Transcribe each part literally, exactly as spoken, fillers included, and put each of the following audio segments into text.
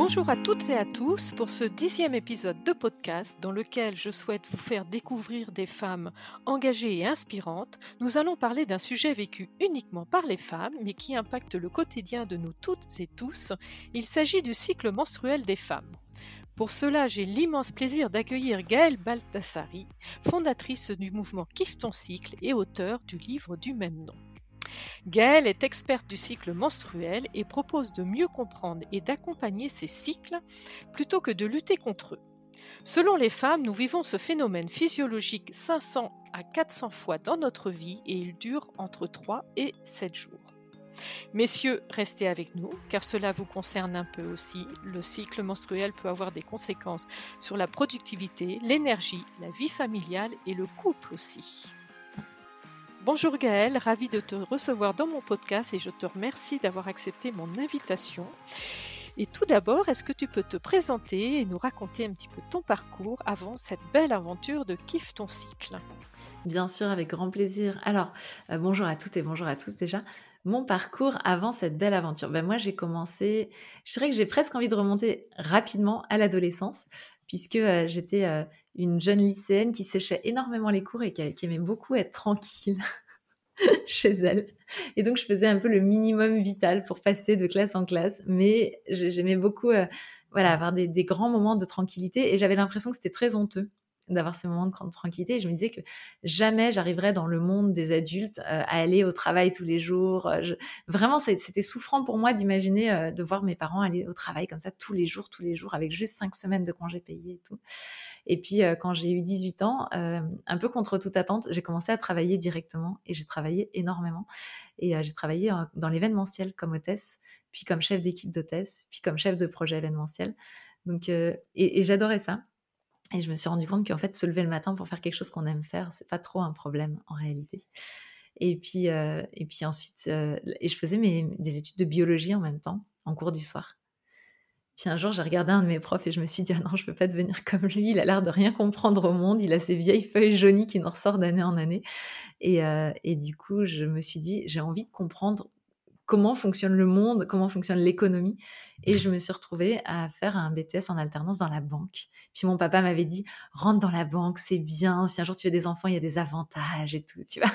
Bonjour à toutes et à tous pour ce dixième épisode de podcast dans lequel je souhaite vous faire découvrir des femmes engagées et inspirantes. Nous allons parler d'un sujet vécu uniquement par les femmes mais qui impacte le quotidien de nous toutes et tous. Il s'agit du cycle menstruel des femmes. Pour cela, j'ai l'immense plaisir d'accueillir Gaëlle Baldassari, fondatrice du mouvement Kiffe ton cycle et auteure du livre du même nom. Gaëlle est experte du cycle menstruel et propose de mieux comprendre et d'accompagner ces cycles plutôt que de lutter contre eux. Selon les femmes, nous vivons ce phénomène physiologique cinq cents à quatre cents fois dans notre vie et il dure entre trois et sept jours. Messieurs, restez avec nous car cela vous concerne un peu aussi. Le cycle menstruel peut avoir des conséquences sur la productivité, l'énergie, la vie familiale et le couple aussi. Bonjour Gaëlle, ravie de te recevoir dans mon podcast et je te remercie d'avoir accepté mon invitation. Et tout d'abord, est-ce que tu peux te présenter et nous raconter un petit peu ton parcours avant cette belle aventure de Kiffe ton cycle ? Bien sûr, avec grand plaisir. Alors, euh, bonjour à toutes et bonjour à tous déjà. Mon parcours avant cette belle aventure. Ben moi, j'ai commencé, je dirais que j'ai presque envie de remonter rapidement à l'adolescence, puisque euh, j'étais euh, une jeune lycéenne qui séchait énormément les cours et qui, qui aimait beaucoup être tranquille chez elle. Et donc, je faisais un peu le minimum vital pour passer de classe en classe, mais j'aimais beaucoup euh, voilà, avoir des, des grands moments de tranquillité et j'avais l'impression que c'était très honteux d'avoir ces moments de grande tranquillité et je me disais que jamais j'arriverais dans le monde des adultes euh, à aller au travail tous les jours. Je... Vraiment, c'était souffrant pour moi d'imaginer euh, de voir mes parents aller au travail comme ça tous les jours, tous les jours, avec juste cinq semaines de congés payés et tout. Et puis, euh, quand j'ai eu dix-huit ans, euh, un peu contre toute attente, j'ai commencé à travailler directement et j'ai travaillé énormément. Et euh, j'ai travaillé euh, dans l'événementiel comme hôtesse, puis comme chef d'équipe d'hôtesse, puis comme chef de projet événementiel. Donc, euh, et, et j'adorais ça. Et je me suis rendu compte qu'en fait, se lever le matin pour faire quelque chose qu'on aime faire, c'est pas trop un problème en réalité. Et puis, euh, et puis ensuite, euh, et je faisais mes, des études de biologie en même temps, en cours du soir. Puis un jour, j'ai regardé un de mes profs et je me suis dit, ah non, je peux pas devenir comme lui, il a l'air de rien comprendre au monde, il a ces vieilles feuilles jaunies qui nous ressortent d'année en année. Et, euh, et du coup, je me suis dit, j'ai envie de comprendre comment fonctionne le monde, comment fonctionne l'économie. Et je me suis retrouvée à faire un B T S en alternance dans la banque. Puis mon papa m'avait dit, rentre dans la banque, c'est bien, si un jour tu veux des enfants, il y a des avantages et tout, tu vois.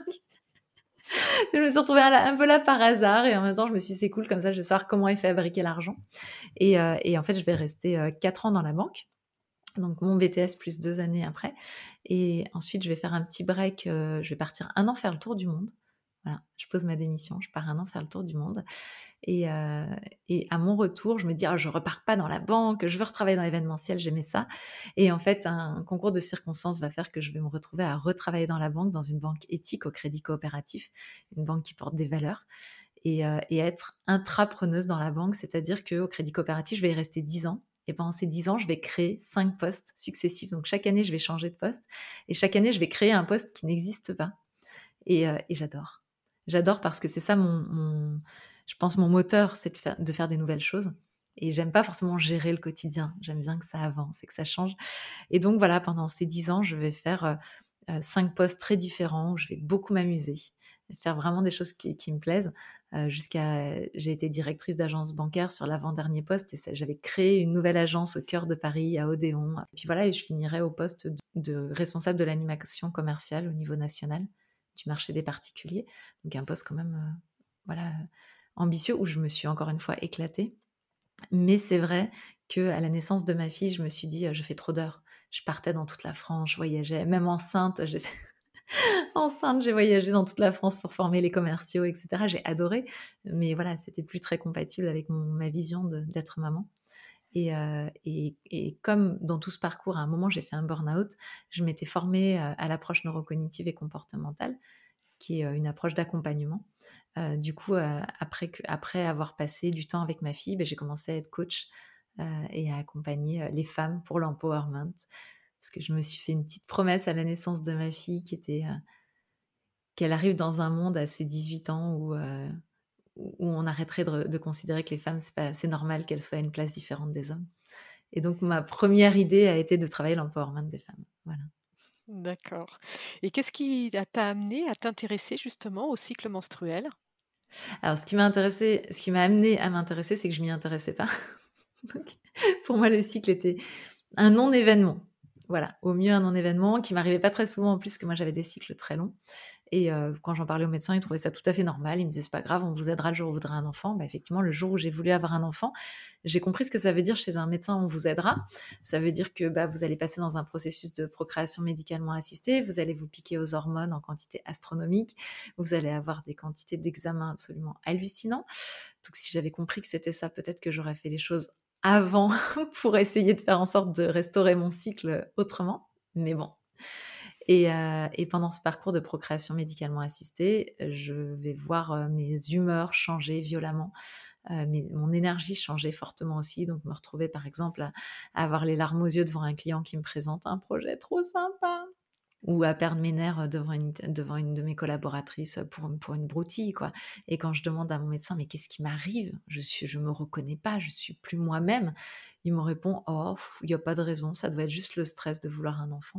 Je me suis retrouvée un peu là par hasard et en même temps, je me suis dit, c'est cool, comme ça, je vais savoir comment est fabriqué l'argent. Et, euh, et en fait, je vais rester euh, quatre ans dans la banque. Donc mon B T S plus deux années après. Et ensuite, je vais faire un petit break. Euh, je vais partir un an faire le tour du monde. Voilà, je pose ma démission, je pars un an faire le tour du monde. Et, euh, et à mon retour, je me dis, oh, je repars pas dans la banque, je veux retravailler dans l'événementiel, j'aimais ça. Et en fait, un concours de circonstances va faire que je vais me retrouver à retravailler dans la banque, dans une banque éthique au Crédit Coopératif, une banque qui porte des valeurs. Et, euh, et être intrapreneuse dans la banque, c'est-à-dire qu'au Crédit Coopératif, je vais y rester dix ans. Et pendant ces dix ans, je vais créer cinq postes successifs. Donc chaque année, je vais changer de poste. Et chaque année, je vais créer un poste qui n'existe pas. Et, euh, et j'adore. J'adore parce que c'est ça mon, mon je pense mon moteur, c'est de faire, de faire des nouvelles choses. Et j'aime pas forcément gérer le quotidien. J'aime bien que ça avance et que ça change. Et donc voilà, pendant ces dix ans, je vais faire euh, euh, cinq postes très différents où je vais beaucoup m'amuser, faire vraiment des choses qui, qui me plaisent. Euh, jusqu'à, j'ai été directrice d'agence bancaire sur l'avant-dernier poste et ça, j'avais créé une nouvelle agence au cœur de Paris, à Odéon. Et puis voilà, et je finirai au poste de, de responsable de l'animation commerciale au niveau national du marché des particuliers. Donc un poste quand même euh, voilà, ambitieux où je me suis encore une fois éclatée. Mais c'est vrai qu'à la naissance de ma fille, je me suis dit, euh, je fais trop d'heures. Je partais dans toute la France, je voyageais, même enceinte, j'ai fait... enceinte, j'ai voyagé dans toute la France pour former les commerciaux, et cetera. J'ai adoré, mais voilà, c'était plus très compatible avec mon, ma vision de, d'être maman. Et, euh, et, et comme dans tout ce parcours, à un moment, j'ai fait un burn-out, je m'étais formée à l'approche neurocognitive et comportementale, qui est une approche d'accompagnement. Euh, du coup, euh, après, que, après avoir passé du temps avec ma fille, ben, j'ai commencé à être coach euh, et à accompagner les femmes pour l'empowerment. Parce que je me suis fait une petite promesse à la naissance de ma fille qui était euh, qu'elle arrive dans un monde à ses dix-huit ans où, euh, où on arrêterait de, de considérer que les femmes, c'est, pas, c'est normal qu'elles soient à une place différente des hommes. Et donc, ma première idée a été de travailler l'empowerment des femmes. Voilà. D'accord. Et qu'est-ce qui t'a amené à t'intéresser justement au cycle menstruel ? Alors, ce qui m'a intéressé, ce qui m'a amené à m'intéresser, c'est que je m'y intéressais pas. Donc, pour moi, le cycle était un non-événement. Voilà, au mieux un non-événement qui m'arrivait pas très souvent en plus, parce que moi j'avais des cycles très longs. Et euh, quand j'en parlais au médecin, il trouvait ça tout à fait normal. Il me disait c'est pas grave, on vous aidera le jour où vous voudrez un enfant. Bah, effectivement, le jour où j'ai voulu avoir un enfant, j'ai compris ce que ça veut dire chez un médecin, on vous aidera. Ça veut dire que bah, vous allez passer dans un processus de procréation médicalement assistée, vous allez vous piquer aux hormones en quantité astronomique, vous allez avoir des quantités d'examens absolument hallucinants. Donc si j'avais compris que c'était ça, peut-être que j'aurais fait les choses avant pour essayer de faire en sorte de restaurer mon cycle autrement. Mais bon. Et, euh, et pendant ce parcours de procréation médicalement assistée, je vais voir euh, mes humeurs changer violemment, euh, mes- mon énergie changer fortement aussi. Donc me retrouver par exemple à, à avoir les larmes aux yeux devant un client qui me présente un projet trop sympa, ou à perdre mes nerfs devant une, devant une de mes collaboratrices pour, pour une broutille, quoi. Et quand je demande à mon médecin, mais qu'est-ce qui m'arrive? Je suis, je me reconnais pas, je suis plus moi-même. Il me répond, oh, il n'y a pas de raison, ça doit être juste le stress de vouloir un enfant.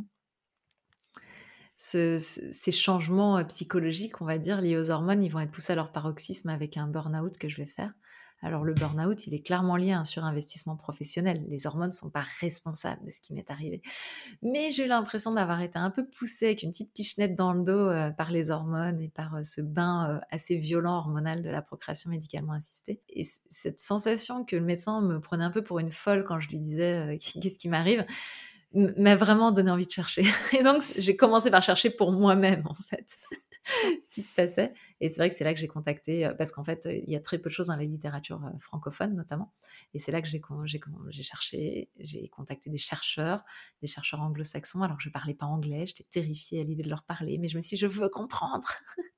Ce- ce- ces changements euh, psychologiques, on va dire, liés aux hormones, ils vont être poussés à leur paroxysme avec un burn-out que je vais faire. Alors le burn-out, il est clairement lié à un surinvestissement professionnel. Les hormones ne sont pas responsables de ce qui m'est arrivé. Mais j'ai eu l'impression d'avoir été un peu poussée avec une petite pichenette dans le dos euh, par les hormones et par euh, ce bain euh, assez violent hormonal de la procréation médicalement assistée. Et c- cette sensation que le médecin me prenait un peu pour une folle quand je lui disais euh, qu'est-ce qui m'arrive, m- m'a vraiment donné envie de chercher. Et donc j'ai commencé par chercher pour moi-même en fait ce qui se passait. Et c'est vrai que c'est là que j'ai contacté, euh, parce qu'en fait, euh, il y a très peu de choses dans la littérature euh, francophone notamment. Et c'est là que j'ai, con- j'ai, con- j'ai cherché, j'ai contacté des chercheurs, des chercheurs anglo-saxons. Alors je parlais pas anglais, j'étais terrifiée à l'idée de leur parler, mais je me suis dit, je veux comprendre.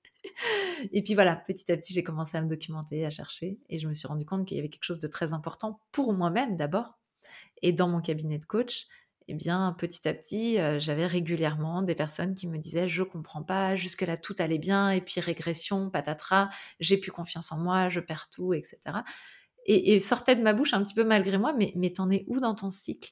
Et puis voilà, petit à petit, j'ai commencé à me documenter, à chercher. Et je me suis rendu compte qu'il y avait quelque chose de très important pour moi-même d'abord. Et dans mon cabinet de coach, eh bien, petit à petit, euh, j'avais régulièrement des personnes qui me disaient je comprends pas, jusque-là tout allait bien, et puis régression, patatras, j'ai plus confiance en moi, je perds tout, et cetera. Et, et sortait de ma bouche un petit peu malgré moi, mais, mais t'en es où dans ton cycle?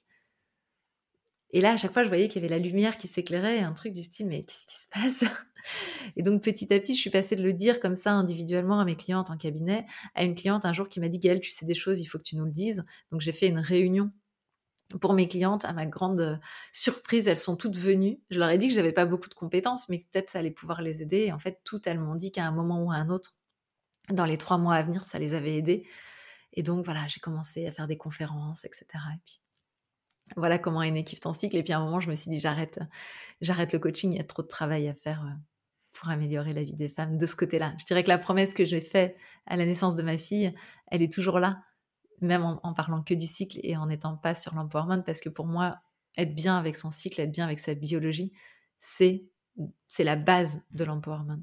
Et là, à chaque fois, je voyais qu'il y avait la lumière qui s'éclairait, et un truc du style, mais qu'est-ce qui se passe? Et donc, petit à petit, je suis passée de le dire comme ça individuellement à mes clientes en cabinet, à une cliente un jour qui m'a dit Gaëlle, tu sais des choses, il faut que tu nous le dises. Donc, j'ai fait une réunion pour mes clientes. À ma grande euh, surprise, elles sont toutes venues. Je leur ai dit que j'avais pas beaucoup de compétences, mais que peut-être ça allait pouvoir les aider. Et en fait, toutes, elles m'ont dit qu'à un moment ou à un autre, dans les trois mois à venir, ça les avait aidées. Et donc, voilà, j'ai commencé à faire des conférences, et cetera. Et puis, voilà comment est né Kiffe ton cycle. Et puis, à un moment, je me suis dit, j'arrête, j'arrête le coaching. Il y a trop de travail à faire euh, pour améliorer la vie des femmes de ce côté-là. Je dirais que la promesse que j'ai faite à la naissance de ma fille, elle est toujours là, même en, en parlant que du cycle et en n'étant pas sur l'empowerment, parce que pour moi, être bien avec son cycle, être bien avec sa biologie, c'est, c'est la base de l'empowerment.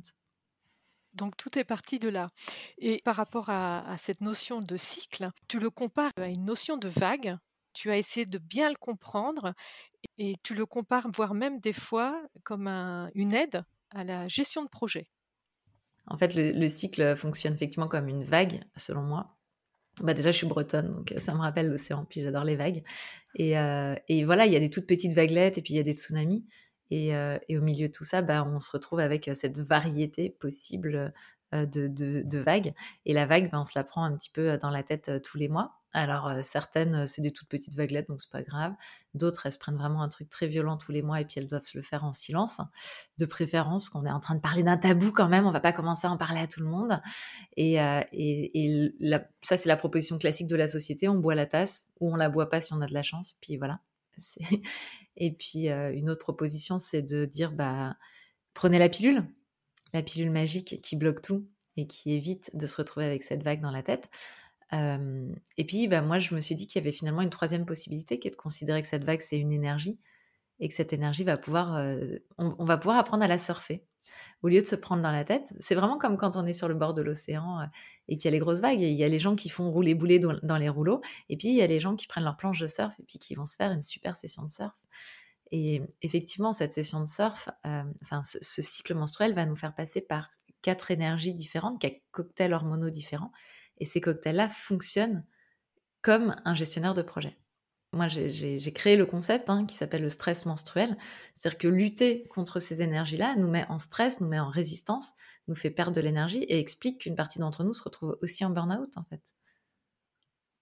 Donc tout est parti de là. Et par rapport à, à cette notion de cycle, tu le compares à une notion de vague. Tu as essayé de bien le comprendre et tu le compares, voire même des fois, comme un- une aide à la gestion de projet. En fait, le, le cycle fonctionne effectivement comme une vague, selon moi. Bah déjà, je suis bretonne, donc euh, ça me rappelle l'océan, puis j'adore les vagues. Et, euh, et voilà, il y a des toutes petites vaguelettes, et puis il y a des tsunamis. Et, euh, et au milieu de tout ça, bah, on se retrouve avec euh, cette variété possible euh, de, de- de vagues. Et la vague, bah, on se la prend un petit peu euh, dans la tête euh, tous les mois. Alors, euh, certaines, euh, c'est des toutes petites vaguelettes, donc c'est pas grave. D'autres, elles se prennent vraiment un truc très violent tous les mois, et puis elles doivent se le faire en silence. De préférence, qu'on est en train de parler d'un tabou quand même, on va pas commencer à en parler à tout le monde. Et, euh, et, et la- ça, c'est la proposition classique de la société. On boit la tasse ou on la boit pas si on a de la chance. Puis voilà. C'est- Et puis euh, une autre proposition, c'est de dire bah prenez la pilule, la pilule magique qui bloque tout et qui évite de se retrouver avec cette vague dans la tête. Euh, et puis bah, moi, je me suis dit qu'il y avait finalement une troisième possibilité qui est de considérer que cette vague, c'est une énergie et que cette énergie va pouvoir, euh, on, on va pouvoir apprendre à la surfer au lieu de se prendre dans la tête. C'est vraiment comme quand on est sur le bord de l'océan euh, et qu'il y a les grosses vagues. Et il y a les gens qui font rouler bouler dans, dans les rouleaux. Et puis, il y a les gens qui prennent leur planche de surf et puis qui vont se faire une super session de surf. Et effectivement, cette session de surf, euh, enfin, ce, ce cycle menstruel va nous faire passer par quatre énergies différentes, quatre cocktails hormonaux différents. Et ces cocktails-là fonctionnent comme un gestionnaire de projet. Moi, j'ai, j'ai- j'ai créé le concept hein, qui s'appelle le stress menstruel. C'est-à-dire que lutter contre ces énergies-là nous met en stress, nous met en résistance, nous fait perdre de l'énergie et explique qu'une partie d'entre nous se retrouve aussi en burn-out, en fait.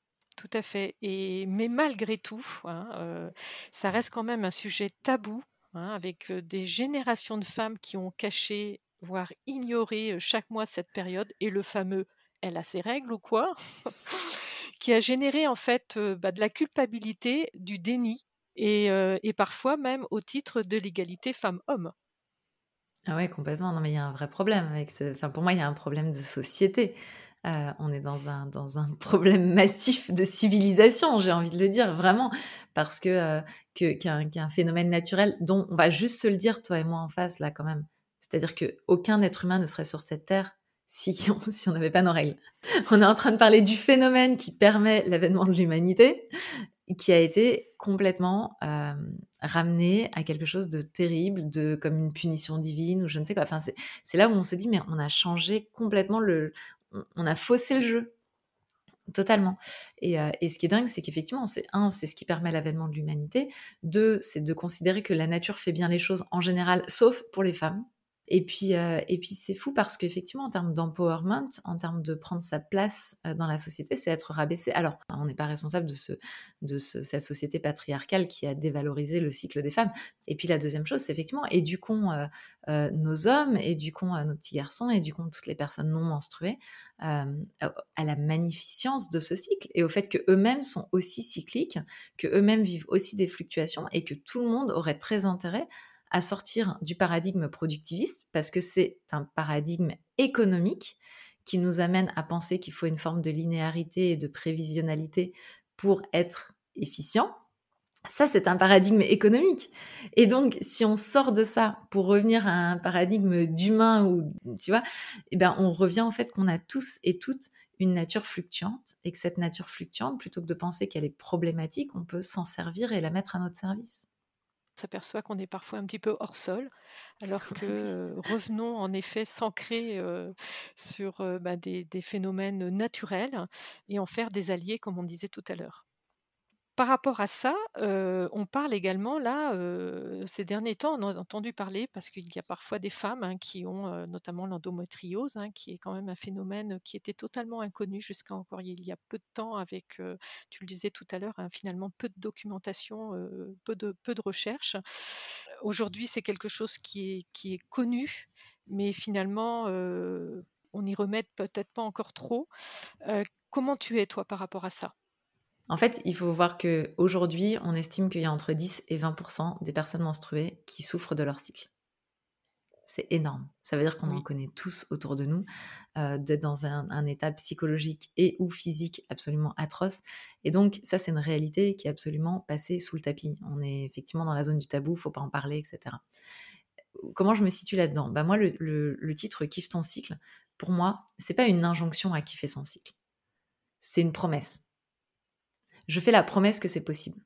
tout à fait. Et, mais malgré tout, hein, euh, ça reste quand même un sujet tabou, hein, avec euh, des générations de femmes qui ont caché, voire ignoré euh, chaque mois cette période, et le fameux «elle a ses règles» ou quoi, qui a généré en fait euh, bah, de la culpabilité, du déni, et, euh, et parfois même au titre de l'égalité femmes-hommes. Ah ouais, complètement. Non, mais il y a un vrai problème avec ce enfin, pour moi, il y a un problème de société. Heu, on est dans un dans un problème massif de civilisation, j'ai envie de le dire, vraiment. Parce que, heu, que qu'un qu'un phénomène naturel dont on va juste se le dire, toi et moi, en face, là, quand même. C'est-à-dire qu'aucun être humain ne serait sur cette terre si on si on n'avait pas nos règles. On est en train de parler du phénomène qui permet l'avènement de l'humanité, qui a été complètement, hem, ramené à quelque chose de terrible, de comme une punition divine ou je ne sais quoi. Enfin, c'est c'est là où on se dit: «Mais on a changé complètement le on on a faussé le jeu, totalement». Et heu et ce qui est dingue, c'est qu'effectivement, c'est un, c'est ce qui permet l'avènement de l'humanité. Deux, c'est de considérer que la nature fait bien les choses en général, sauf pour les femmes. Et puis, heu et puis c'est fou parce qu'effectivement en termes d'empowerment, en termes de prendre sa place, heu, dans la société, c'est être rabaissé. Alors, on n'est pas responsable de ce de ce cette société patriarcale qui a dévalorisé le cycle des femmes. Et puis la deuxième chose, c'est effectivement éduquons, heu heu, nos hommes, éduquons, heu, nos petits garçons, éduquons toutes les personnes non menstruées, hem, à à la magnificence de ce cycle et au fait qu'eux-mêmes sont aussi cycliques, qu'eux-mêmes vivent aussi des fluctuations et que tout le monde aurait très intérêt à sortir du paradigme productiviste, parce que c'est un paradigme économique qui nous amène à penser qu'il faut une forme de linéarité et de prévisionnalité pour être efficient. Ça, c'est un paradigme économique. Et donc, si on sort de ça pour revenir à un paradigme d'humain ou, tu vois, eh ben, on revient au fait qu'on a tous et toutes une nature fluctuante et que cette nature fluctuante, plutôt que de penser qu'elle est problématique, on peut s'en servir et la mettre à notre service. On s'aperçoit qu'on est parfois un petit peu hors sol, alors que euh, revenons en effet s'ancrer euh, sur euh, bah, des, des phénomènes naturels et en faire des alliés, comme on disait tout à l'heure. Par rapport à ça, heu, on parle également là, heu, ces derniers temps, on en a entendu parler parce qu'il y a parfois des femmes, hein, qui ont, heu, notamment l'endométriose, hein, qui est quand même un phénomène qui était totalement inconnu jusqu'à encore il y a peu de temps avec, heu, tu le disais tout à l'heure, hein, finalement peu de documentation, heu, peu de peu de recherches. Aujourd'hui, c'est quelque chose qui est qui est connu, mais finalement, heu, on n'y remet peut-être pas encore trop. Heu, comment tu es toi par rapport à ça? En fait, il faut voir qu'aujourd'hui, on estime qu'il y a entre dix et vingt des personnes menstruées qui souffrent de leur cycle. C'est énorme. Ça veut dire qu'on en Oui. connaît tous autour de nous, heu, d'être dans un un état psychologique et ou physique absolument atroce et donc ça, c'est une réalité qui est absolument passée sous le tapis. On est effectivement dans la zone du tabou, faut pas en parler et cetera. Comment je me situe là-dedans? Bah, moi, le le le titre «Kiffe ton cycle», pour moi, c'est pas une injonction à kiffer son cycle, c'est une promesse. Je fais la promesse que c'est possible.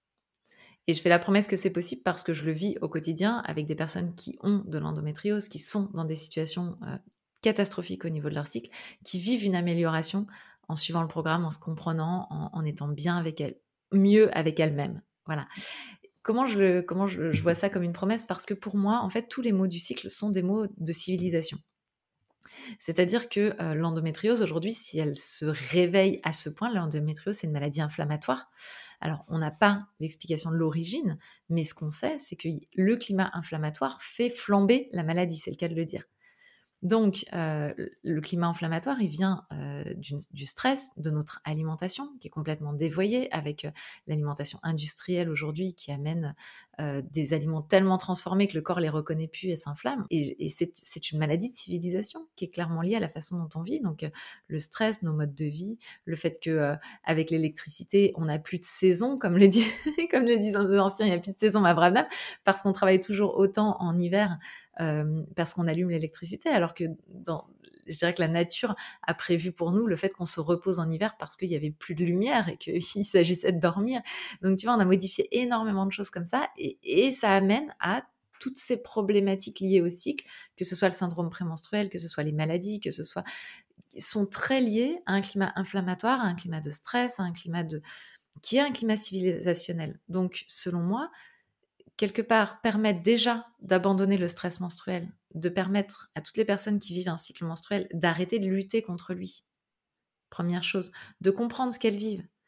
Et je fais la promesse que c'est possible parce que je le vis au quotidien avec des personnes qui ont de l'endométriose, qui sont dans des situations, heu, catastrophiques au niveau de leur cycle, qui vivent une amélioration en suivant le programme, en se comprenant, en en étant bien avec elles, mieux avec elles-mêmes. Voilà. Comment je le comment je je vois ça comme une promesse? Parce que pour moi, en fait, tous les mots du cycle sont des mots de civilisation. C'est-à-dire que, heu, l'endométriose aujourd'hui, si elle se réveille à ce point, l'endométriose, c'est une maladie inflammatoire. Alors, on n'a pas l'explication de l'origine, mais ce qu'on sait, c'est que le climat inflammatoire fait flamber la maladie, c'est le cas de le dire. Donc, heu, le climat inflammatoire, il vient, heu, d'une du stress, de notre alimentation qui est complètement dévoyée avec, heu, l'alimentation industrielle aujourd'hui qui amène, heu, des aliments tellement transformés que le corps les reconnaît plus et s'inflamme et et c'est c'est une maladie de civilisation qui est clairement liée à la façon dont on vit donc, heu, le stress, nos modes de vie, le fait que, heu, avec l'électricité, on n'a plus de saison comme le dit comme le disent les anciens, il n'y a plus de saison ma brave dame, parce qu'on travaille toujours autant en hiver euh, parce qu'on allume l'électricité, alors que dans, je dirais que la nature a prévu pour nous le fait qu'on se repose en hiver parce qu'il y avait plus de lumière et qu'il s'agissait de dormir. Donc tu vois, on a modifié énormément de choses comme ça et, et ça amène à toutes ces problématiques liées au cycle, que ce soit le syndrome prémenstruel, que ce soit les maladies, que ce soit, sont très liées à un climat inflammatoire, à un climat de stress, à un climat de, qui est un climat civilisationnel. Donc, selon moi, quelque part, permettre déjà d'abandonner le stress menstruel, de permettre à toutes les personnes qui vivent un cycle menstruel d'arrêter de lutter contre lui. Première chose, de comprendre ce qu'elles vivent.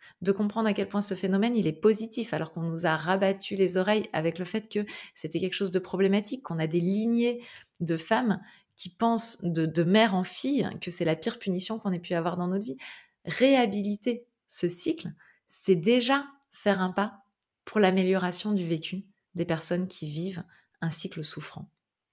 de comprendre à quel point ce phénomène, il est positif, alors qu'on nous a rabattu les oreilles avec le fait que c'était quelque chose de problématique, qu'on a des lignées de femmes qui pensent de, de mère en fille que c'est la pire punition qu'on ait pu avoir dans notre vie. Réhabiliter ce cycle, c'est déjà faire un pas pour l'amélioration du vécu des personnes qui vivent un cycle souffrant.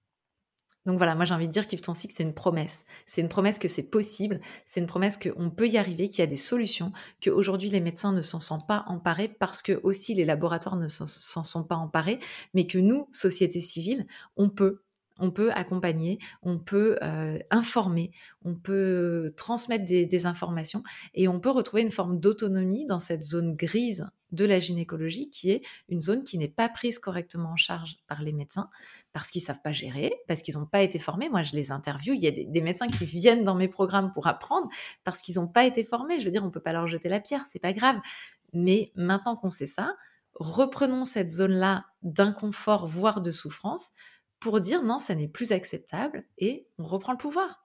Donc voilà, moi j'ai envie de dire Kiffe ton cycle, c'est une promesse. C'est une promesse que c'est possible, c'est une promesse qu'on peut y arriver, qu'il y a des solutions, qu'aujourd'hui les médecins ne s'en sont pas emparés parce que aussi les laboratoires ne s'en s'en sont pas emparés, mais que nous, société civile, on peut. On peut accompagner, on peut euh, informer, on peut transmettre des, des informations et on peut retrouver une forme d'autonomie dans cette zone grise de la gynécologie qui est une zone qui n'est pas prise correctement en charge par les médecins parce qu'ils savent pas gérer, parce qu'ils n'ont pas été formés. Moi, je les interviewe. Il y a des, des médecins qui viennent dans mes programmes pour apprendre parce qu'ils n'ont pas été formés. Je veux dire, on peut pas leur jeter la pierre, c'est pas grave. Mais maintenant qu'on sait ça, reprenons cette zone-là d'inconfort, voire de souffrance, pour dire non, ça n'est plus acceptable et on reprend le pouvoir.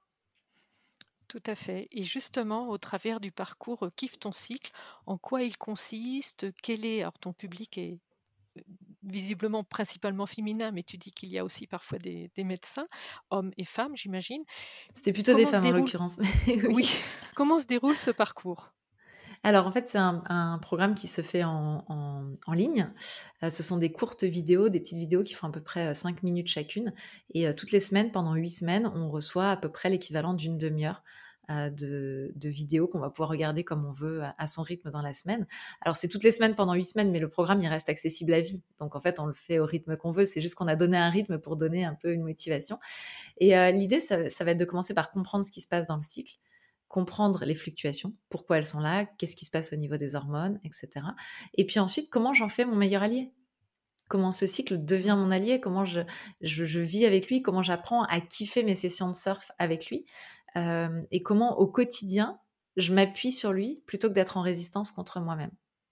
Tout à fait. Et justement, au travers du parcours euh, Kiffe ton cycle, en quoi il consiste? Quel est, alors ton public est euh, visiblement principalement féminin, mais tu dis qu'il y a aussi parfois des, des médecins, hommes et femmes, j'imagine. C'était plutôt des Comment se femmes en déroule, l'occurrence, mais oui, oui. comment se déroule ce parcours? Alors en fait, c'est un, un programme qui se fait en, en- en ligne. Euh, ce sont des courtes vidéos, des petites vidéos qui font à peu près euh, cinq minutes chacune. Et euh, toutes les semaines, pendant huit semaines, on reçoit à peu près l'équivalent d'une demi-heure euh, de, de vidéos qu'on va pouvoir regarder comme on veut à, à son rythme dans la semaine. Alors c'est toutes les semaines pendant huit semaines, mais le programme, il reste accessible à vie. Donc en fait, on le fait au rythme qu'on veut. C'est juste qu'on a donné un rythme pour donner un peu une motivation. Et euh, l'idée, ça, ça va être de commencer par comprendre ce qui se passe dans le cycle, comprendre les fluctuations, pourquoi elles sont là, qu'est-ce qui se passe au niveau des hormones, et cetera. Et puis ensuite, comment j'en fais mon meilleur allié? Comment ce cycle devient mon allié? Comment je, je, je vis avec lui? Comment j'apprends à kiffer mes sessions de surf avec lui? Euh, et comment au quotidien, je m'appuie sur lui plutôt que d'être en résistance contre moi-même.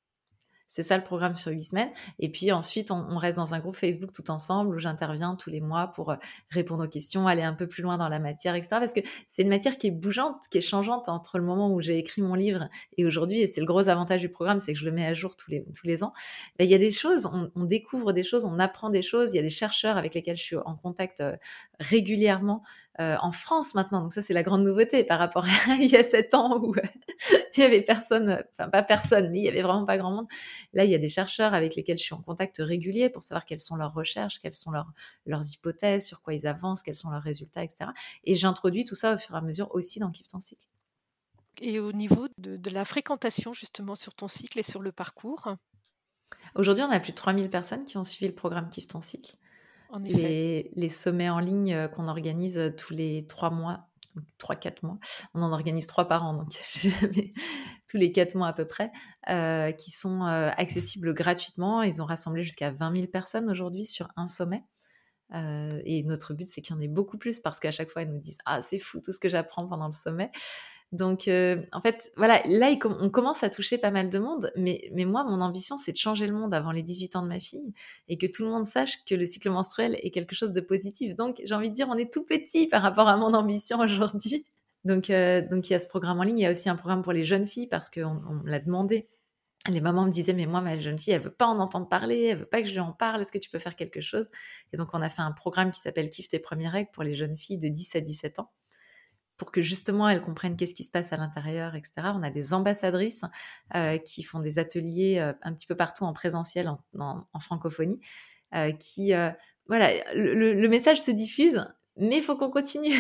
C'est ça le programme sur huit semaines. Et puis ensuite, on, on reste dans un groupe Facebook tout ensemble où j'interviens tous les mois pour euh, répondre aux questions, aller un peu plus loin dans la matière, et cetera. Parce que c'est une matière qui est bougeante, qui est changeante entre le moment où j'ai écrit mon livre et aujourd'hui. Et c'est le gros avantage du programme, c'est que je le mets à jour tous les, tous les ans. Ben, il y a des choses, on, on découvre des choses, on apprend des choses. Il y a des chercheurs avec lesquels je suis en contact euh, régulièrement euh, en France maintenant. Donc ça, c'est la grande nouveauté par rapport à il y a sept ans où il y avait personne, enfin pas personne, mais il y avait vraiment pas grand monde. Là, il y a des chercheurs avec lesquels je suis en contact régulier pour savoir quelles sont leurs recherches, quelles sont leurs, leurs hypothèses, sur quoi ils avancent, quels sont leurs résultats, et cetera. Et j'introduis tout ça au fur et à mesure aussi dans Kiffe ton cycle. Et au niveau de, de la fréquentation justement sur ton cycle et sur le parcours, Aujourd'hui, on a plus de trois mille personnes qui ont suivi le programme Kiffe ton cycle. en effet. Les, les sommets en ligne euh, qu'on organise euh, tous les trois mois, trois quatre mois, on en organise trois par an, donc jamais, tous les quatre mois à peu près, euh, qui sont euh, accessibles gratuitement. Ils ont rassemblé jusqu'à vingt mille personnes aujourd'hui sur un sommet. Euh, et notre but, c'est qu'il y en ait beaucoup plus parce qu'à chaque fois, ils nous disent « Ah, c'est fou tout ce que j'apprends pendant le sommet ». Donc, euh, en fait, voilà, là, il com- on commence à toucher pas mal de monde, mais, mais moi, mon ambition, c'est de changer le monde avant les dix-huit ans de ma fille et que tout le monde sache que le cycle menstruel est quelque chose de positif. Donc, j'ai envie de dire, on est tout petit par rapport à mon ambition aujourd'hui. Donc, euh, donc, il y a ce programme en ligne. Il y a aussi un programme pour les jeunes filles parce qu'on on me l'a demandé. Les mamans me disaient, mais moi, ma jeune fille, elle veut pas en entendre parler, elle veut pas que je lui en parle, est-ce que tu peux faire quelque chose? Et donc, on a fait un programme qui s'appelle Kiffe tes premières règles pour les jeunes filles de dix à dix-sept ans, pour que justement elles comprennent qu'est-ce qui se passe à l'intérieur, et cetera. On a des ambassadrices euh, qui font des ateliers euh, un petit peu partout en présentiel, en, en- en francophonie, euh, qui, euh, voilà, le, le- le message se diffuse, mais il faut qu'on continue.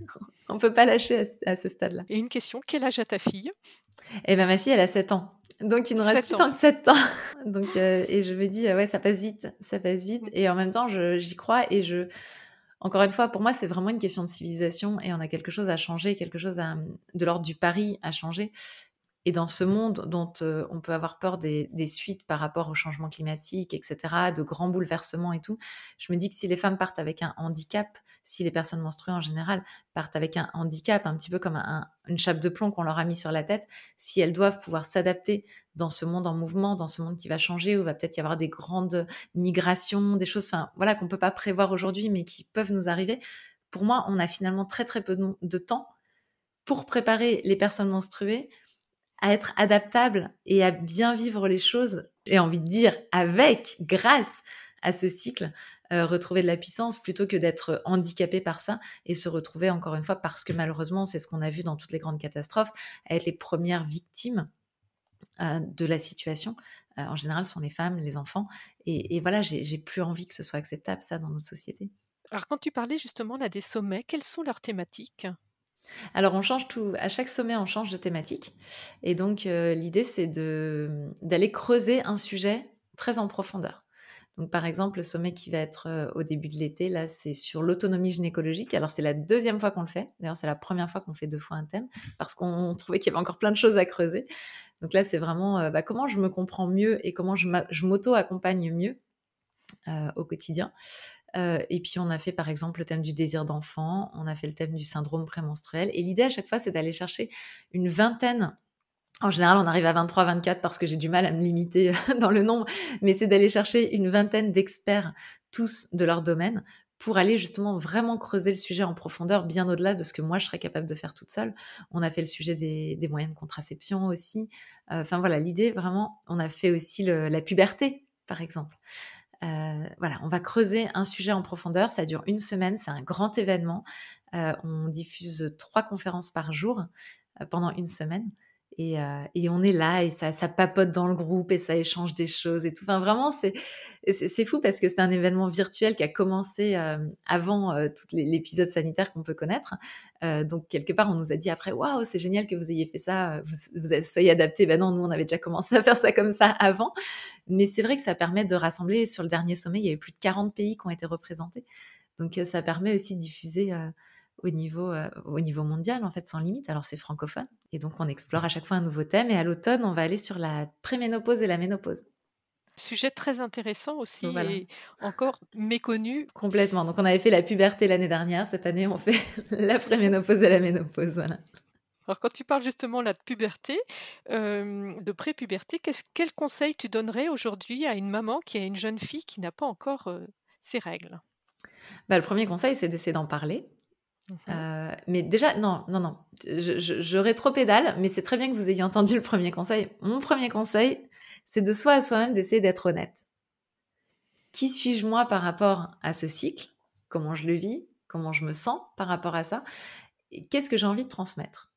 On peut pas lâcher à, ce- à ce stade-là. Et une question, quel âge a ta fille? Et ben ma fille, elle a sept ans. Donc, il nous reste sept plus ans. tant que sept ans. Donc, euh, et je me dis, euh, ouais, ça passe vite, ça passe vite. Et en même temps, je- j'y crois. Et je, encore une fois, pour moi, c'est vraiment une question de civilisation. Et on a quelque chose à changer, quelque chose à, de l'ordre du pari à changer. Et dans ce monde dont euh, on peut avoir peur des, des suites par rapport au changement climatique, et cetera, de grands bouleversements et tout, je me dis que si les femmes partent avec un handicap, si les personnes menstruées en général partent avec un handicap, un petit peu comme un- une chape de plomb qu'on leur a mis sur la tête, si elles doivent pouvoir s'adapter dans ce monde en mouvement, dans ce monde qui va changer, où va peut-être y avoir des grandes migrations, des choses, enfin voilà, qu'on peut pas prévoir aujourd'hui, mais qui peuvent nous arriver. Pour moi, on a finalement très très peu de, de temps pour préparer les personnes menstruées à être adaptable et à bien vivre les choses. J'ai envie de dire avec, grâce à ce cycle, euh, retrouver de la puissance plutôt que d'être handicapé par ça et se retrouver encore une fois, parce que malheureusement, c'est ce qu'on a vu dans toutes les grandes catastrophes, à être les premières victimes euh, de la situation. Euh, en général, ce sont les femmes, les enfants. Et, et voilà, j'ai, j'ai plus envie que ce soit acceptable, ça, dans notre société. Alors, quand tu parlais justement là des sommets, quelles sont leurs thématiques? Alors, on change tout. À chaque sommet, on change de thématique. Et donc, euh, l'idée, c'est de, d'aller creuser un sujet très en profondeur. Donc, par exemple, le sommet qui va être euh, au début de l'été, là, c'est sur l'autonomie gynécologique. Alors, c'est la deuxième fois qu'on le fait. D'ailleurs, c'est la première fois qu'on fait deux fois un thème parce qu'on trouvait qu'il y avait encore plein de choses à creuser. Donc là, c'est vraiment euh, bah, comment je me comprends mieux et comment je, m'a- je m'auto-accompagne mieux euh, au quotidien. Euh, et puis, on a fait par exemple le thème du désir d'enfant, on a fait le thème du syndrome prémenstruel. Et l'idée à chaque fois, c'est d'aller chercher une vingtaine. En général, on arrive à vingt-trois, vingt-quatre parce que j'ai du mal à me limiter dans le nombre, mais c'est d'aller chercher une vingtaine d'experts, tous de leur domaine, pour aller justement vraiment creuser le sujet en profondeur, bien au-delà de ce que moi je serais capable de faire toute seule. On a fait le sujet des, des moyens de contraception aussi. Euh, Enfin voilà, l'idée vraiment, on a fait aussi le- la puberté, par exemple. Euh, voilà, on va creuser un sujet en profondeur. Ça dure une semaine, c'est un grand événement. Euh, on diffuse trois conférences par jour euh, pendant une semaine. Et, euh, et on est là et ça, ça papote dans le groupe et ça échange des choses et tout. Enfin, vraiment, c'est, c'est, c'est fou parce que c'est un événement virtuel qui a commencé euh, avant euh, tout les- l'épisode sanitaire qu'on peut connaître. Euh, donc, quelque part, on nous a dit après, waouh, c'est génial que vous ayez fait ça, vous, vous êtes- soyez adaptés. Ben non, nous, on avait déjà commencé à faire ça comme ça avant. Mais c'est vrai que ça permet de rassembler. Sur le dernier sommet, il y avait plus de quarante pays qui ont été représentés. Donc, euh, ça permet aussi de diffuser euh, au, niveau, euh, au niveau mondial, en fait, sans limite. Alors, c'est francophone. Et donc, on explore à chaque fois un nouveau thème. Et à l'automne, on va aller sur la préménopause et la ménopause. Sujet très intéressant aussi Voilà, et encore méconnu. complètement. Donc, on avait fait la puberté l'année dernière. Cette année, on fait la préménopause et la ménopause. Voilà. Alors, quand tu parles justement là de puberté, euh, de pré-puberté, qu'est-ce, quel conseil tu donnerais aujourd'hui à une maman qui a une jeune fille qui n'a pas encore euh, ses règles? Bah, le premier conseil, c'est d'essayer d'en parler. Mhm. Euh, mais déjà, non, non, non. Je, je, je rétropédale, mais c'est très bien que vous ayez entendu le premier conseil. Mon premier conseil, c'est de soi à soi-même d'essayer d'être honnête. Qui suis-je moi par rapport à ce cycle? Comment je le vis? Comment je me sens par rapport à ça? Et qu'est-ce que j'ai envie de transmettre?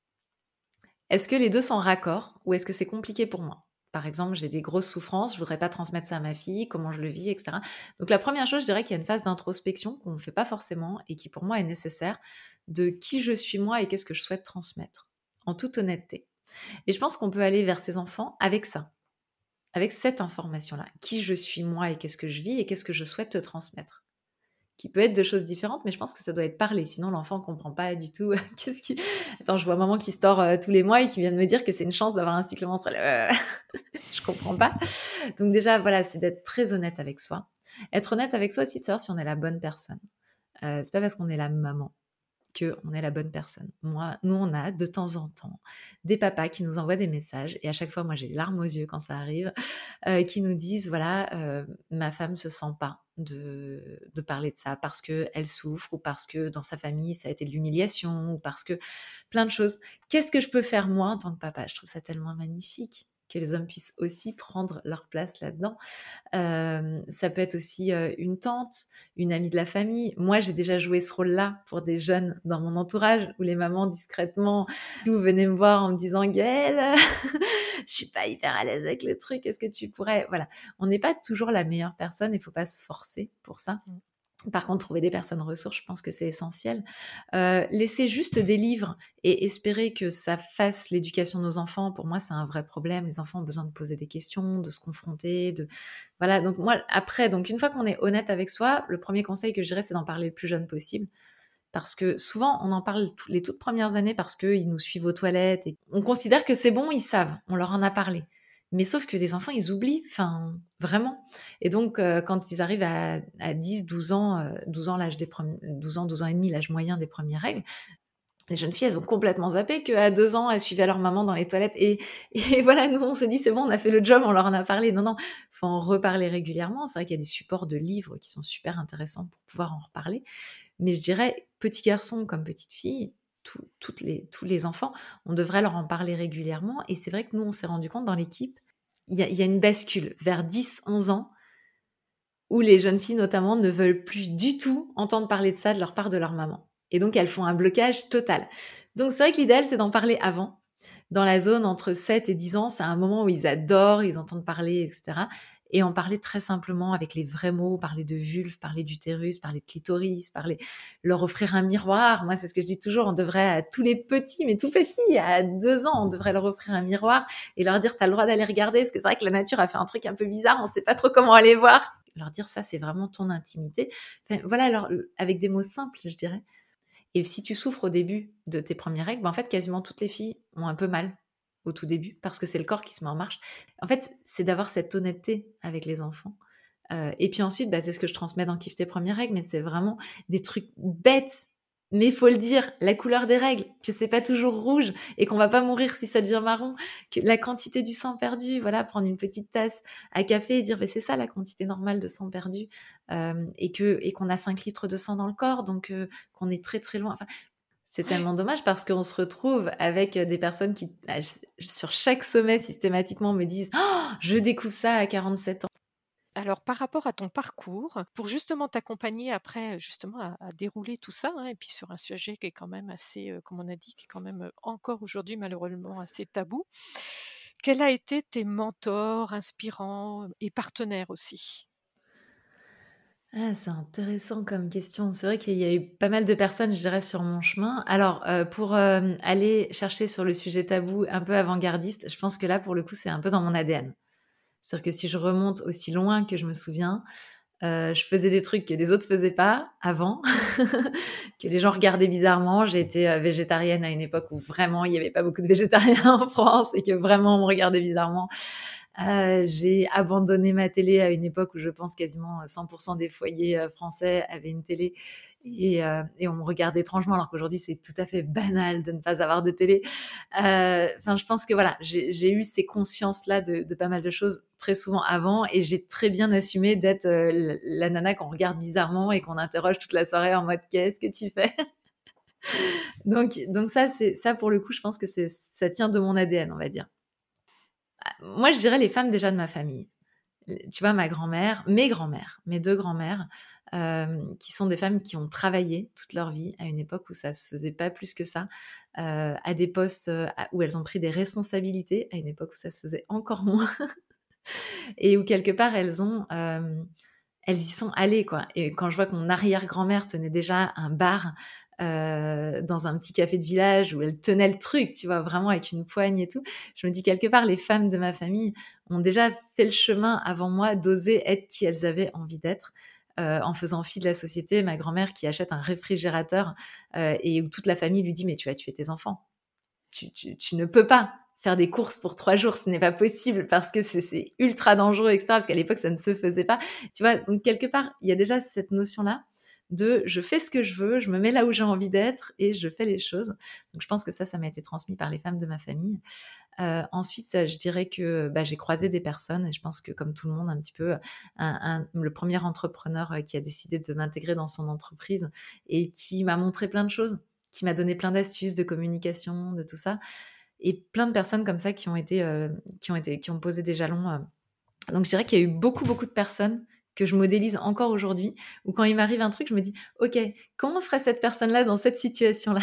Est-ce que les deux sont raccords ou est-ce que c'est compliqué pour moi? Par exemple, j'ai des grosses souffrances, je voudrais pas transmettre ça à ma fille, comment je le vis, et cetera. Donc la première chose, je dirais qu'il y a une phase d'introspection qu'on ne fait pas forcément et qui pour moi est nécessaire, de qui je suis moi et qu'est-ce que je souhaite transmettre, en toute honnêteté. Et je pense qu'on peut aller vers ses enfants avec ça, avec cette information-là. Qui je suis moi et qu'est-ce que je vis et qu'est-ce que je souhaite te transmettre. Qui peut être de choses différentes, mais je pense que ça doit être parlé. Sinon, l'enfant ne comprend pas du tout. Qu'est-ce qui... Attends, je vois maman qui se tord euh, tous les mois et qui vient de me dire que c'est une chance d'avoir un cycle menstruel. Euh, je comprends pas. Donc déjà, voilà, c'est d'être très honnête avec soi. Être honnête avec soi aussi, de savoir si on est la bonne personne. Euh, c'est pas parce qu'on est la maman qu'on est la bonne personne. Moi, nous, on a de temps en temps des papas qui nous envoient des messages et à chaque fois, moi, j'ai les larmes aux yeux quand ça arrive, euh, qui nous disent, voilà, euh, ma femme se sent pas de, de parler de ça parce qu'elle souffre ou parce que dans sa famille, ça a été de l'humiliation ou parce que plein de choses. Qu'est-ce que je peux faire moi en tant que papa? Je trouve ça tellement magnifique que les hommes puissent aussi prendre leur place là-dedans. Euh, ça peut être aussi euh, une tante, une amie de la famille. Moi, j'ai déjà joué ce rôle-là pour des jeunes dans mon entourage où les mamans discrètement tout venaient me voir en me disant Gaëlle, je suis pas hyper à l'aise avec le truc. Est-ce que tu pourrais, voilà, on n'est pas toujours la meilleure personne. Il faut pas se forcer pour ça. Par contre, trouver des personnes ressources, je pense que c'est essentiel. Euh, laisser juste des livres et espérer que ça fasse l'éducation de nos enfants, pour moi, c'est un vrai problème. Les enfants ont besoin de poser des questions, de se confronter, de voilà. Donc moi, après, donc une fois qu'on est honnête avec soi, le premier conseil que je dirais, c'est d'en parler le plus jeune possible. Parce que souvent, on en parle les toutes premières années parce qu'ils nous suivent aux toilettes et on considère que c'est bon, ils savent, on leur en a parlé. Mais sauf que les enfants, ils oublient, enfin, vraiment. Et donc, euh, quand ils arrivent à, à dix, douze ans, euh, douze ans, l'âge des premiers, douze ans, douze ans et demi, l'âge moyen des premières règles, les jeunes filles, elles ont complètement zappé qu'à deux ans, elles suivaient leur maman dans les toilettes. Et, et voilà, nous, on s'est dit, c'est bon, on a fait le job, on leur en a parlé. Non, non, faut en reparler régulièrement. C'est vrai qu'il y a des supports de livres qui sont super intéressants pour pouvoir en reparler. Mais je dirais, petit garçon comme petite fille, tout- toutes les, tous les enfants, on devrait leur en parler régulièrement. Et c'est vrai que nous, on s'est rendu compte dans l'équipe, il y a, il y a une bascule vers dix onze ans où les jeunes filles notamment ne veulent plus du tout entendre parler de ça de leur part de leur maman. Et donc, elles font un blocage total. Donc, c'est vrai que l'idéal, c'est d'en parler avant. Dans la zone entre sept et dix ans, c'est un moment où ils adorent, ils entendent parler, et cetera. Et en parler très simplement avec les vrais mots, parler de vulve, parler d'utérus, parler de clitoris, parler, leur offrir un miroir. Moi, c'est ce que je dis toujours, on devrait, à tous les petits, mais tout petits, à deux ans, on devrait leur offrir un miroir et leur dire, t'as le droit d'aller regarder, parce que c'est vrai que la nature a fait un truc un peu bizarre, on sait pas trop comment aller voir. Leur dire, ça, c'est vraiment ton intimité. Enfin, voilà, alors, avec des mots simples, je dirais. Et si tu souffres au début de tes premières règles, ben en fait, quasiment toutes les filles ont un peu mal au tout début parce que c'est le corps qui se met en marche. En fait, c'est d'avoir cette honnêteté avec les enfants. Euh, et puis ensuite, bah, c'est ce que je transmets dans Kiffe tes premières règles, mais c'est vraiment des trucs bêtes. Mais il faut le dire, la couleur des règles, que c'est pas toujours rouge et qu'on va pas mourir si ça devient marron, que la quantité du sang perdu, voilà, prendre une petite tasse à café et dire, bah, c'est ça la quantité normale de sang perdu, euh, et que et qu'on a cinq litres de sang dans le corps, donc euh, qu'on est très très loin. Enfin, c'est Ouais. tellement dommage parce qu'on se retrouve avec des personnes qui, sur chaque sommet, systématiquement me disent, oh, je découvre ça à quarante-sept ans. Alors, par rapport à ton parcours, pour justement t'accompagner après, justement, à, à dérouler tout ça, hein, et puis sur un sujet qui est quand même assez, euh, comme on a dit, qui est quand même euh, encore aujourd'hui malheureusement assez tabou, quels a été tes mentors, inspirants et partenaires aussi? Ah, c'est intéressant comme question. C'est vrai qu'il y a eu pas mal de personnes, je dirais, sur mon chemin. Alors, euh, pour euh, aller chercher sur le sujet tabou un peu avant-gardiste, je pense que là, pour le coup, c'est un peu dans mon A D N. C'est-à-dire que si je remonte aussi loin que je me souviens, euh, je faisais des trucs que les autres faisaient pas avant, que les gens regardaient bizarrement. J'ai été euh, végétarienne à une époque où vraiment il n'y avait pas beaucoup de végétariens en France et que vraiment on me regardait bizarrement. Euh, j'ai abandonné ma télé à une époque où je pense quasiment cent pour cent des foyers euh, français avaient une télé et, euh, et on me regardait étrangement alors qu'aujourd'hui c'est tout à fait banal de ne pas avoir de télé. Euh, Enfin, je pense que voilà, j'ai j'ai eu ces consciences-là de, de pas mal de choses très souvent avant et j'ai très bien assumé d'être euh, la, la nana qu'on regarde bizarrement et qu'on interroge toute la soirée en mode qu'est-ce que tu fais. donc, donc ça, c'est ça pour le coup, je pense que c'est ça tient de mon A D N, on va dire. Moi, je dirais les femmes déjà de ma famille. Tu vois, ma grand-mère, mes grands-mères, mes deux grands-mères, euh, qui sont des femmes qui ont travaillé toute leur vie à une époque où ça se faisait pas plus que ça, euh, à des postes euh, où elles ont pris des responsabilités, à une époque où ça se faisait encore moins, et où quelque part elles ont, euh, elles y sont allées quoi. Et quand je vois que mon arrière-grand-mère tenait déjà un bar euh, dans un petit café de village où elle tenait le truc, tu vois, vraiment avec une poigne et tout, je me dis quelque part les femmes de ma famille ont déjà fait le chemin avant moi d'oser être qui elles avaient envie d'être. Euh, en faisant fi de la société, ma grand-mère qui achète un réfrigérateur euh, et où toute la famille lui dit mais tu vas tuer tes enfants, tu, tu, tu ne peux pas faire des courses pour trois jours, ce n'est pas possible parce que c'est, c'est ultra dangereux, et cetera. Parce qu'à l'époque, ça ne se faisait pas. Tu vois, donc quelque part, il y a déjà cette notion-là de je fais ce que je veux, je me mets là où j'ai envie d'être et je fais les choses. Donc je pense que ça, ça m'a été transmis par les femmes de ma famille. Euh, ensuite, je dirais que bah, j'ai croisé des personnes et je pense que comme tout le monde, un petit peu, un, un, le premier entrepreneur qui a décidé de m'intégrer dans son entreprise et qui m'a montré plein de choses, qui m'a donné plein d'astuces de communication, de tout ça et plein de personnes comme ça qui ont été, euh, qui ont été, qui ont posé des jalons. euh. Donc je dirais qu'il y a eu beaucoup, beaucoup de personnes que je modélise encore aujourd'hui, où quand il m'arrive un truc, je me dis, ok, comment ferait cette personne-là dans cette situation-là?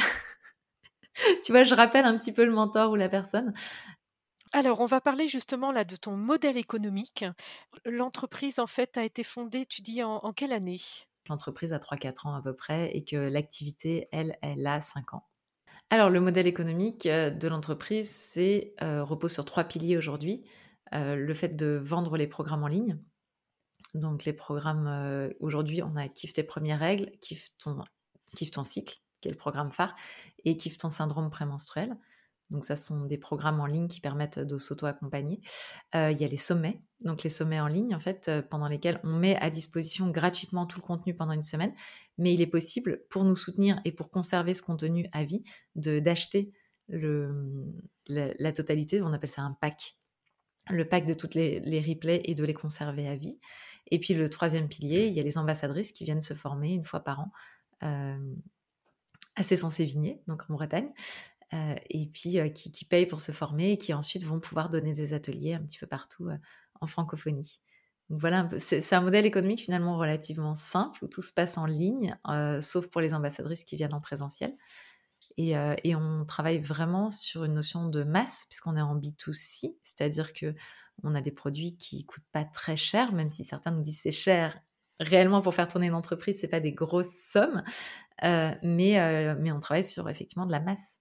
Tu vois, je rappelle un petit peu le mentor ou la personne. Alors, on va parler justement là de ton modèle économique. L'entreprise, en fait, a été fondée, tu dis, en, en quelle année? L'entreprise a trois quatre ans à peu près et que l'activité, elle, elle a cinq ans. Alors, le modèle économique euh, de l'entreprise, c'est euh, repose sur trois piliers aujourd'hui. Euh, le fait de vendre les programmes en ligne. Donc, les programmes, euh, aujourd'hui, on a Kiffe tes premières règles, Kiffe ton, Kiffe ton cycle, qui est le programme phare, et Kiffe ton syndrome prémenstruel. Donc, ça sont des programmes en ligne qui permettent de s'auto-accompagner. Euh, Il y a les sommets, donc les sommets en ligne, en fait, euh, pendant lesquels on met à disposition gratuitement tout le contenu pendant une semaine. Mais il est possible, pour nous soutenir et pour conserver ce contenu à vie, de d'acheter le, la, la totalité. On appelle ça un pack. Le pack de toutes les, les replays et de les conserver à vie. Et puis le troisième pilier, il y a les ambassadrices qui viennent se former une fois par an. Euh, à Cesson-Sévigné, donc en Bretagne, heu et puis, heu, qui qui payent pour se former et qui ensuite vont pouvoir donner des ateliers un petit peu partout, heu, en francophonie. Donc voilà un peu, c'est c'est un modèle économique finalement relativement simple où tout se passe en ligne, heu, sauf pour les ambassadrices qui viennent en présentiel et heu et on travaille vraiment sur une notion de masse puisqu'on est en B deux C, c'est-à-dire qu'on a des produits qui coûtent pas très cher, même si certains nous disent: «C'est cher». Réellement, pour faire tourner une entreprise, c'est pas des grosses sommes, heu, mais heu, mais on travaille sur effectivement de la masse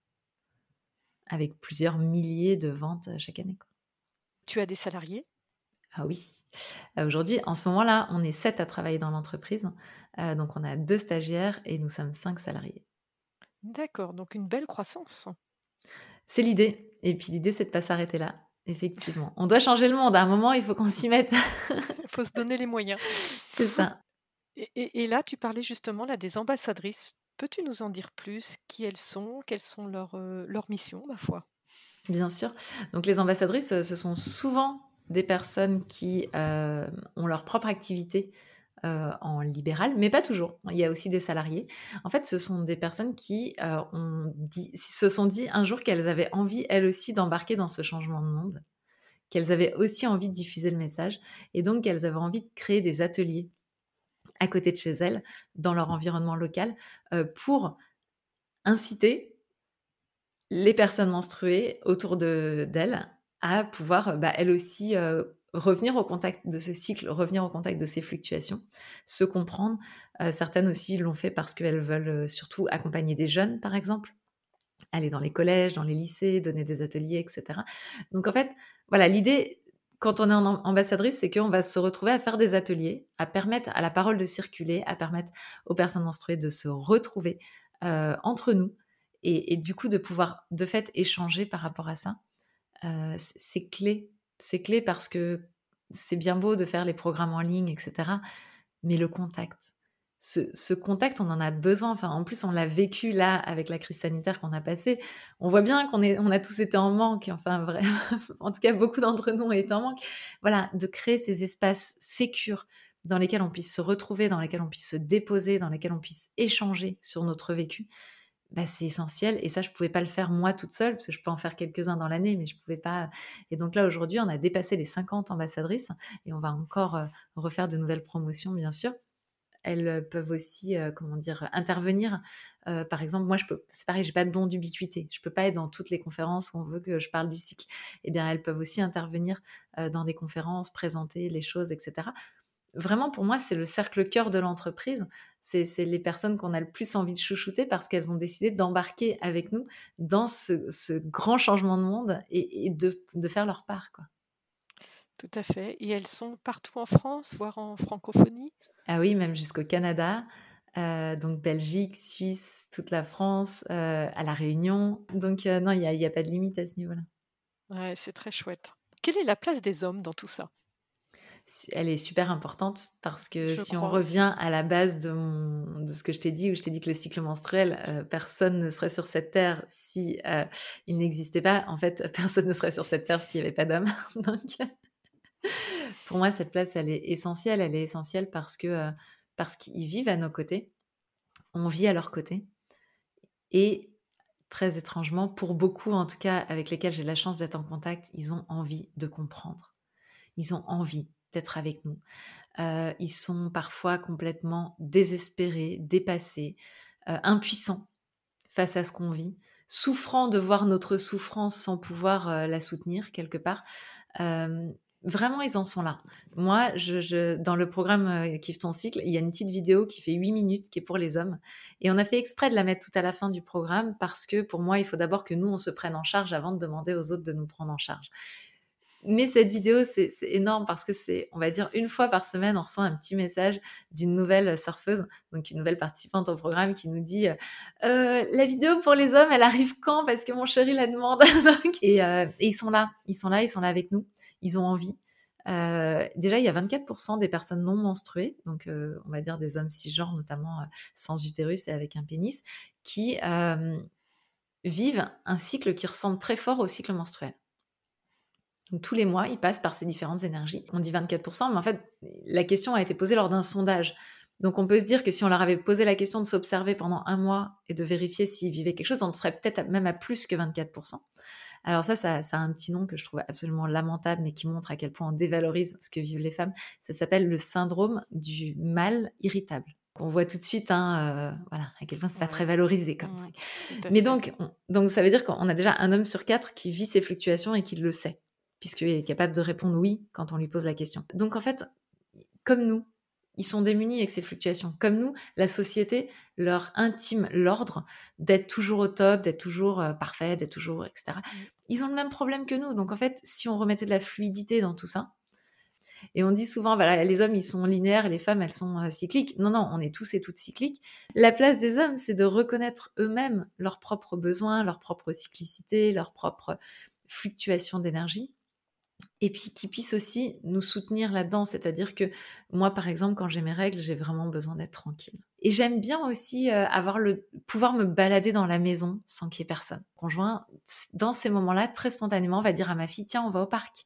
avec plusieurs milliers de ventes, heu, chaque année, quoi. Tu as des salariés? Ah oui, heu, aujourd'hui, en ce moment-là, on est sept à travailler dans l'entreprise, heu, donc on a deux stagiaires et nous sommes cinq salariés. D'accord, donc une belle croissance. C'est l'idée et puis l'idée, c'est de pas s'arrêter là, effectivement. On doit changer le monde, à un moment, il faut qu'on s'y mette. Il faut se donner les moyens. C'est ça. Et et et là, tu parlais justement là des ambassadrices. Peux-tu nous en dire plus? Qui elles sont? Quelles sont leurs, heu, leurs missions, ma foi? Bien sûr. Donc les ambassadrices, heu, ce sont souvent des personnes qui, hem, ont leur propre activité, heu, en libéral, mais pas toujours. Il y a aussi des salariés. En fait, ce sont des personnes qui, heu, ont dit se sont dit un jour qu'elles avaient envie, elles aussi, d'embarquer dans ce changement de monde, qu'elles avaient aussi envie de diffuser le message et donc qu'elles avaient envie de créer des ateliers à côté de chez elles, dans leur environnement local, heu, pour inciter les personnes menstruées autour de d'elles à pouvoir, heu, bah, elles aussi, heu, revenir au contact de ce cycle, revenir au contact de ces fluctuations, se comprendre. Heu, certaines aussi l'ont fait parce qu'elles veulent, heu, surtout accompagner des jeunes, par exemple, aller dans les collèges, dans les lycées, donner des ateliers et cetera. Donc en fait, voilà, l'idée quand on est en am ambassadrice, c'est qu'on va se retrouver à faire des ateliers, à permettre à la parole de circuler, à permettre aux personnes menstruées de se retrouver, heu, entre nous et et du coup de pouvoir, de fait, échanger par rapport à ça. Heu, c c'est clé. C'est clé parce que c'est bien beau de faire les programmes en ligne et cetera, mais le contact, ce ce contact, on en a besoin. Enfin, en plus, on l'a vécu là avec la crise sanitaire qu'on a passée. On voit bien qu'on est on a tous été en manque, enfin vrai en tout cas beaucoup d'entre nous ont été en manque. Voilà, de créer ces espaces sécures dans lesquels on puisse se retrouver, dans lesquels on puisse se déposer, dans lesquels on puisse échanger sur notre vécu, bah, c'est essentiel et ça, je pouvais pas le faire moi toute seule, parce que je peux en faire quelques-uns dans l'année, mais je pouvais pas et donc là, aujourd'hui, on a dépassé les cinquante ambassadrices et on va encore, heu, refaire de nouvelles promotions, bien sûr. Elles, heu, peuvent aussi, heu, comment dire? Intervenir. Heu, par exemple, moi, je peux c'est pareil, j'ai pas de don d'ubiquité. Je peux pas être dans toutes les conférences où on veut que je parle du cycle. Et bien, elles peuvent aussi intervenir, heu, dans des conférences, présenter les choses et cetera. Vraiment, pour moi, c'est le cercle cœur de l'entreprise. C'est c'est les personnes qu'on a le plus envie de chouchouter parce qu'elles ont décidé d'embarquer avec nous dans ce ce grand changement de monde et et de de faire leur part, quoi. Tout à fait, et elles sont partout en France, voire en francophonie? Ah oui, même jusqu'au Canada, heu, donc Belgique, Suisse, toute la France, heu, à La Réunion. Donc heu, non, il y a il y a pas de limite à ce niveau-là. Ouais, c'est très chouette. Quelle est la place des hommes dans tout ça? Su Elle est super importante parce que Je si on crois aussi. revient à la base de mon de ce que je t'ai dit, où je t'ai dit que le cycle menstruel, heu, personne ne serait sur cette terre si, heu, il n'existait pas. En fait, personne ne serait sur cette terre s'il y avait pas d'hommes. Donc pour moi, cette place, elle est essentielle. Elle est essentielle parce que, heu, parce qu'ils vivent à nos côtés, on vit à leurs côtés et très étrangement, pour beaucoup en tout cas avec lesquels j'ai la chance d'être en contact, ils ont envie de comprendre. Ils ont envie d'être avec nous. Heu, ils sont parfois complètement désespérés, dépassés, heu, impuissants face à ce qu'on vit, souffrant de voir notre souffrance sans pouvoir, heu, la soutenir quelque part. Hem, Vraiment, ils en sont là. Moi, je je dans le programme, heu, Kiffe ton cycle, il y a une petite vidéo qui fait huit minutes qui est pour les hommes et on a fait exprès de la mettre tout à la fin du programme parce que pour moi, il faut d'abord que nous, on se prenne en charge avant de demander aux autres de nous prendre en charge. Mais cette vidéo, c'est c'est énorme parce que c'est, on va dire, une fois par semaine, on reçoit un petit message d'une nouvelle surfeuse, donc une nouvelle participante au programme qui nous dit, heu: «Heu, la vidéo pour les hommes, elle arrive quand? Parce que mon chéri la demande». Donc et heu et ils sont là, ils sont là, ils sont là avec nous, ils ont envie. Heu, déjà, il y a vingt-quatre pour cent des personnes non menstruées, donc heu, on va dire des hommes cisgenres, notamment, heu, sans utérus et avec un pénis, qui, hem, vivent un cycle qui ressemble très fort au cycle menstruel. Donc tous les mois, ils passent par ces différentes énergies. On dit vingt-quatre pour cent, mais en fait, la question a été posée lors d'un sondage. Donc on peut se dire que si on leur avait posé la question de s'observer pendant un mois et de vérifier s'ils vivaient quelque chose, on serait peut-être même à plus que vingt-quatre pour cent. Alors ça, ça, ça a un petit nom que je trouve absolument lamentable, mais qui montre à quel point on dévalorise ce que vivent les femmes. Ça s'appelle le syndrome du mâle irritable. On voit tout de suite, hein, euh, voilà, à quel point c'est pas Ouais. très valorisé comme Mmh, truc. tout à Mais fait. donc, on- donc ça veut dire qu'on a déjà un homme sur quatre qui vit ces fluctuations et qui le sait, puisqu'il est capable de répondre oui quand on lui pose la question. Donc en fait, comme nous, ils sont démunis avec ces fluctuations. Comme nous, la société leur intime l'ordre d'être toujours au top, d'être toujours euh, parfait, d'être toujours, et cetera. Mmh. Ils ont le même problème que nous. Donc en fait, si on remettait de la fluidité dans tout ça, et on dit souvent, voilà, les hommes, ils sont linéaires et les femmes, elles sont euh, cycliques. Non, non, on est tous et toutes cycliques. La place des hommes, c'est de reconnaître eux-mêmes leurs propres besoins, leur propre cyclicité, leur propre fluctuation d'énergie. Et puis qu'ils puissent aussi nous soutenir là-dedans. C'est-à-dire que moi, par exemple, quand j'ai mes règles, j'ai vraiment besoin d'être tranquille. Et j'aime bien aussi euh, avoir le pouvoir me balader dans la maison sans qu'il y ait personne. Mon conjoint, dans ces moments-là, très spontanément, va dire à ma fille, tiens, on va au parc.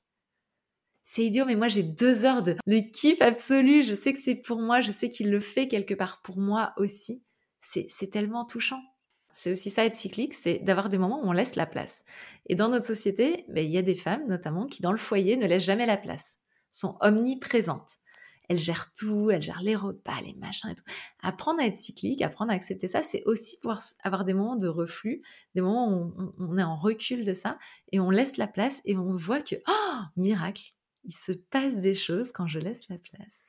C'est idiot, mais moi j'ai deux heures de le kiff absolu. Je sais que c'est pour moi, je sais qu'il le fait quelque part pour moi aussi. C'est, c'est tellement touchant. C'est aussi ça être cyclique, c'est d'avoir des moments où on laisse la place. Et dans notre société, ben, il y a des femmes notamment qui dans le foyer ne laissent jamais la place, sont omniprésentes. Elles gèrent tout, elles gèrent les repas, les machins et tout. Apprendre à être cyclique, apprendre à accepter ça, c'est aussi pouvoir avoir des moments de reflux, des moments où on, on est en recul de ça et on laisse la place et on voit que, oh, miracle, il se passe des choses quand je laisse la place.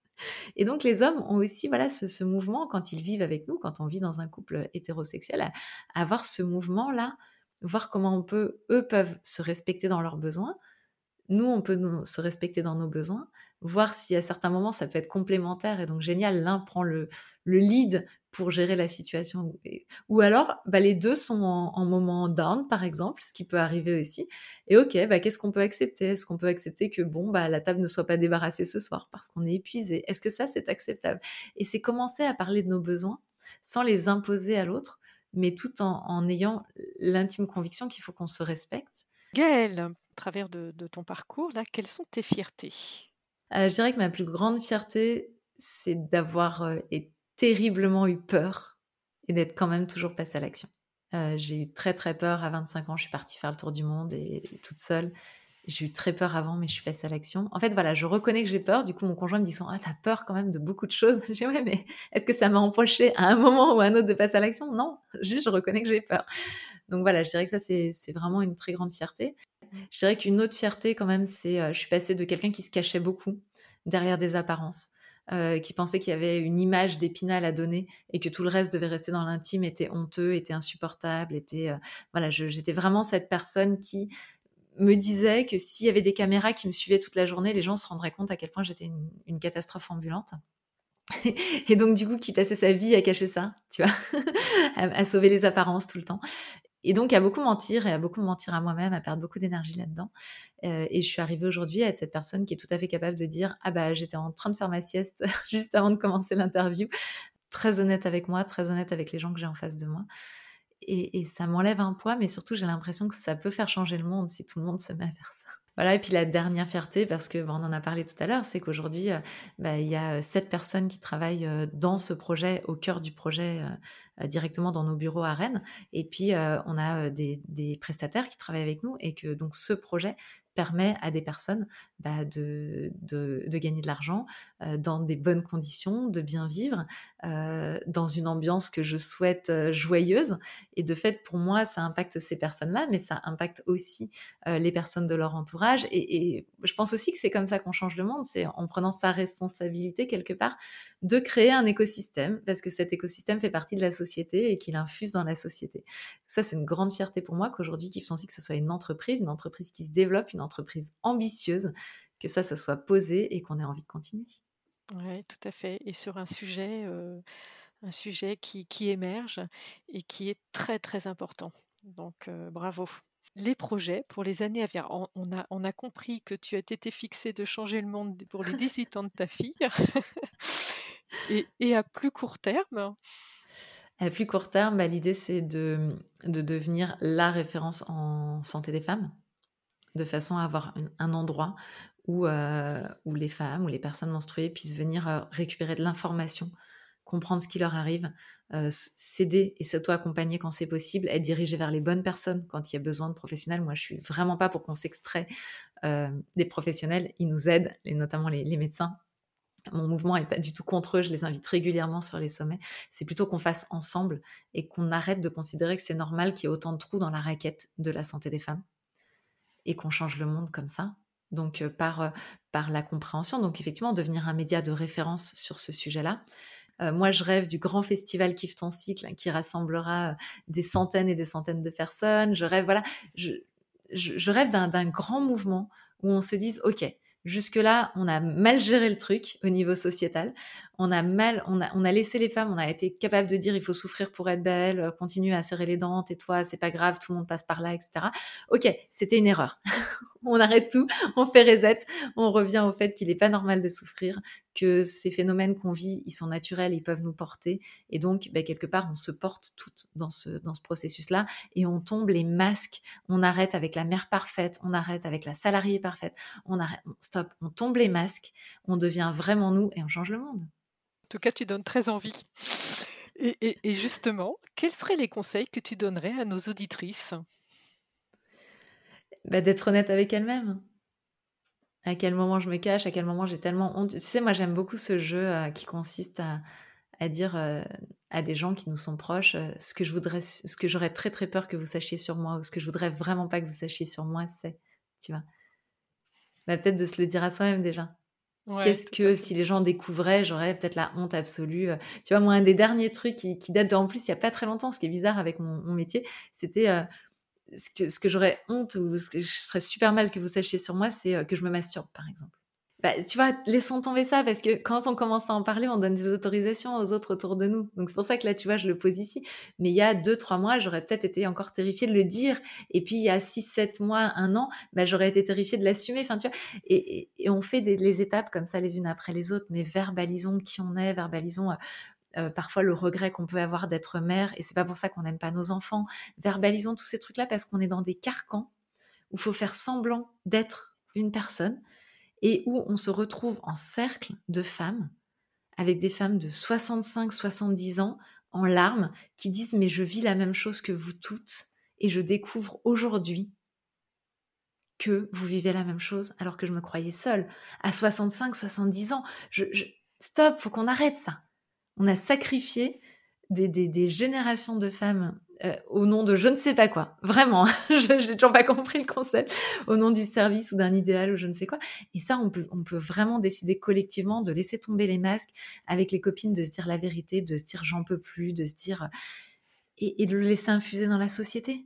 Et donc les hommes ont aussi voilà ce, ce mouvement quand ils vivent avec nous, quand on vit dans un couple hétérosexuel, à, à avoir ce mouvement-là, voir comment on peut, eux peuvent se respecter dans leurs besoins, nous on peut nous, se respecter dans nos besoins, voir si à certains moments ça peut être complémentaire et donc génial, l'un prend le, le lead pour gérer la situation. Ou alors, bah, les deux sont en, en moment down, par exemple, ce qui peut arriver aussi. Et ok, bah, qu'est-ce qu'on peut accepter? Est-ce qu'on peut accepter que bon, bah, la table ne soit pas débarrassée ce soir parce qu'on est épuisé? Est-ce que ça, c'est acceptable? Et c'est commencer à parler de nos besoins sans les imposer à l'autre, mais tout en, en ayant l'intime conviction qu'il faut qu'on se respecte. Gaëlle, à travers de, de ton parcours, là, quelles sont tes fiertés? Euh, je dirais que ma plus grande fierté, c'est d'avoir euh, et terriblement eu peur et d'être quand même toujours passée à l'action. Euh, j'ai eu très très peur à vingt-cinq ans, je suis partie faire le tour du monde et, et toute seule. J'ai eu très peur avant, mais je suis passée à l'action. En fait, voilà, je reconnais que j'ai peur. Du coup, mon conjoint me dit souvent, ah, t'as peur quand même de beaucoup de choses. Je dis, ouais, mais est-ce que ça m'a empêché à un moment ou à un autre de passer à l'action? Non, juste je reconnais que j'ai peur. Donc voilà, je dirais que ça, c'est, c'est vraiment une très grande fierté. Je dirais qu'une autre fierté quand même, c'est euh, je suis passée de quelqu'un qui se cachait beaucoup derrière des apparences, euh, qui pensait qu'il y avait une image d'Épinal à donner et que tout le reste devait rester dans l'intime, était honteux, était insupportable, était euh, voilà, je- j'étais vraiment cette personne qui me disait que s'il y avait des caméras qui me suivaient toute la journée, les gens se rendraient compte à quel point j'étais une, une catastrophe ambulante. Et donc du coup, qui passait sa vie à cacher ça, tu vois, à, à sauver les apparences tout le temps. Et donc à beaucoup mentir et à beaucoup mentir à moi-même, à perdre beaucoup d'énergie là-dedans. Euh, et je suis arrivée aujourd'hui à être cette personne qui est tout à fait capable de dire ah bah j'étais en train de faire ma sieste juste avant de commencer l'interview, très honnête avec moi, très honnête avec les gens que j'ai en face de moi. Et, et ça m'enlève un poids, mais surtout j'ai l'impression que ça peut faire changer le monde si tout le monde se met à faire ça. Voilà, et puis la dernière fierté, parce que bon, on en a parlé tout à l'heure, c'est qu'aujourd'hui, euh, bah, il y a euh, sept personnes qui travaillent euh, dans ce projet, au cœur du projet, euh, euh, directement dans nos bureaux à Rennes. Et puis, euh, on a euh, des, des prestataires qui travaillent avec nous et que donc ce projet permet à des personnes bah, de, de, de gagner de l'argent euh, dans des bonnes conditions, de bien vivre, euh, dans une ambiance que je souhaite euh, joyeuse. Et de fait, pour moi, ça impacte ces personnes-là, mais ça impacte aussi euh, les personnes de leur entourage. Et, et je pense aussi que c'est comme ça qu'on change le monde, c'est en prenant sa responsabilité quelque part de créer un écosystème, parce que cet écosystème fait partie de la société et qu'il infuse dans la société. Ça, c'est une grande fierté pour moi qu'aujourd'hui, Kiff Ton Cycle, que ce soit une entreprise, une entreprise qui se développe, une entreprise ambitieuse, que ça, ça soit posé et qu'on ait envie de continuer. Oui, tout à fait. Et sur un sujet, euh, un sujet qui, qui émerge et qui est très très important. Donc euh, bravo. Les projets pour les années à venir. On, on a, on a compris que tu as été fixé de changer le monde pour les dix-huit ans de ta fille. et, et à plus court terme, À plus court terme, bah, l'idée, c'est de, de devenir la référence en santé des femmes, de façon à avoir une- un endroit où, heu, où les femmes ou les personnes menstruées puissent venir, heu, récupérer de l'information, comprendre ce qui leur arrive, heu, s s'aider et s'auto-accompagner quand c'est possible, être dirigé vers les bonnes personnes quand il y a besoin de professionnels. Moi, je suis vraiment pas pour qu'on s'extrait, heu, des professionnels. Ils nous aident et notamment les les médecins. Mon mouvement est pas du tout contre eux, je les invite régulièrement sur les sommets. C'est plutôt qu'on fasse ensemble et qu'on arrête de considérer que c'est normal qu'il y ait autant de trous dans la raquette de la santé des femmes et qu'on change le monde comme ça. Donc heu, par, heu, par la compréhension, donc effectivement devenir un média de référence sur ce sujet-là. Heu, moi je rêve du grand festival Kiffe ton cycle qui rassemblera, heu, des centaines et des centaines de personnes. Je rêve voilà, je je je rêve d'un d'un grand mouvement où on se dise: «OK, jusque-là, on a mal géré le truc au niveau sociétal. On a mal on a on a laissé les femmes, on a été capable de dire: "Il faut souffrir pour être belle, heu, continue à serrer les dents, tais-toi, c'est pas grave, tout le monde passe par là" et cetera. OK, c'était une erreur. On arrête tout, on fait reset, on revient au fait qu'il est pas normal de souffrir, que ces phénomènes qu'on vit, ils sont naturels, ils peuvent nous porter et donc beh, quelque part, on se porte toutes dans ce dans ce processus-là et on tombe les masques. On arrête avec la mère parfaite, on arrête avec la salariée parfaite, on arrête on stop, on tombe les masques, on devient vraiment nous et on change le monde. En tout cas, tu donnes très envie. Et et et justement, quels seraient les conseils que tu donnerais à nos auditrices? Bah, d'être honnête avec elles-mêmes. À quel moment je me cache, à quel moment j'ai tellement honte. Tu sais, moi, j'aime beaucoup ce jeu, heu, qui consiste à à dire, heu, à des gens qui nous sont proches, heu, ce que je voudrais ce que j'aurais très, très peur que vous sachiez sur moi ou ce que je voudrais vraiment pas que vous sachiez sur moi, c'est, tu vois? Bah, peut-être de se le dire à soi-même déjà. Ouais, Qu'est-ce tout à que fait. si les gens découvraient, j'aurais peut-être la honte absolue, heu, tu vois? Moi, un des derniers trucs qui qui date en plus il y a pas très longtemps, ce qui est bizarre avec mon mon métier, c'était, heu, ce que ce que j'aurais honte ou ce que je serais super mal que vous sachiez sur moi, c'est, heu, que je me masturbe, par exemple. Bah, tu vois, laissons tomber ça parce que quand on commence à en parler, on donne des autorisations aux autres autour de nous. Donc c'est pour ça que là, tu vois, je le pose ici. Mais il y a deux, trois mois, j'aurais peut-être été encore terrifiée de le dire et puis il y a six, sept mois, un an, bah, j'aurais été terrifiée de l'assumer. Enfin, tu vois? Et et et on fait des les étapes comme ça les unes après les autres, mais verbalisons qui on est, verbalisons, heu heu, parfois le regret qu'on peut avoir d'être mère et c'est pas pour ça qu'on n'aime pas nos enfants. Verbalisons tous ces trucs-là parce qu'on est dans des carcans où il faut faire semblant d'être une personne et où on se retrouve en cercle de femmes, avec des femmes de soixante-cinq soixante-dix ans, en larmes, qui disent: «Mais je vis la même chose que vous toutes et je découvre aujourd'hui que vous vivez la même chose alors que je me croyais seule. À soixante-cinq soixante-dix ans, je je stop, faut qu'on arrête ça». On a sacrifié des des des générations de femmes, heu, au nom de je ne sais pas quoi. Vraiment, je j'ai toujours pas compris le concept. Au nom du service ou d'un idéal ou je ne sais quoi et ça, on peut on peut vraiment décider collectivement de laisser tomber les masques avec les copines, de se dire la vérité, de se dire: «J'en peux plus», de se dire, et et de le laisser infuser dans la société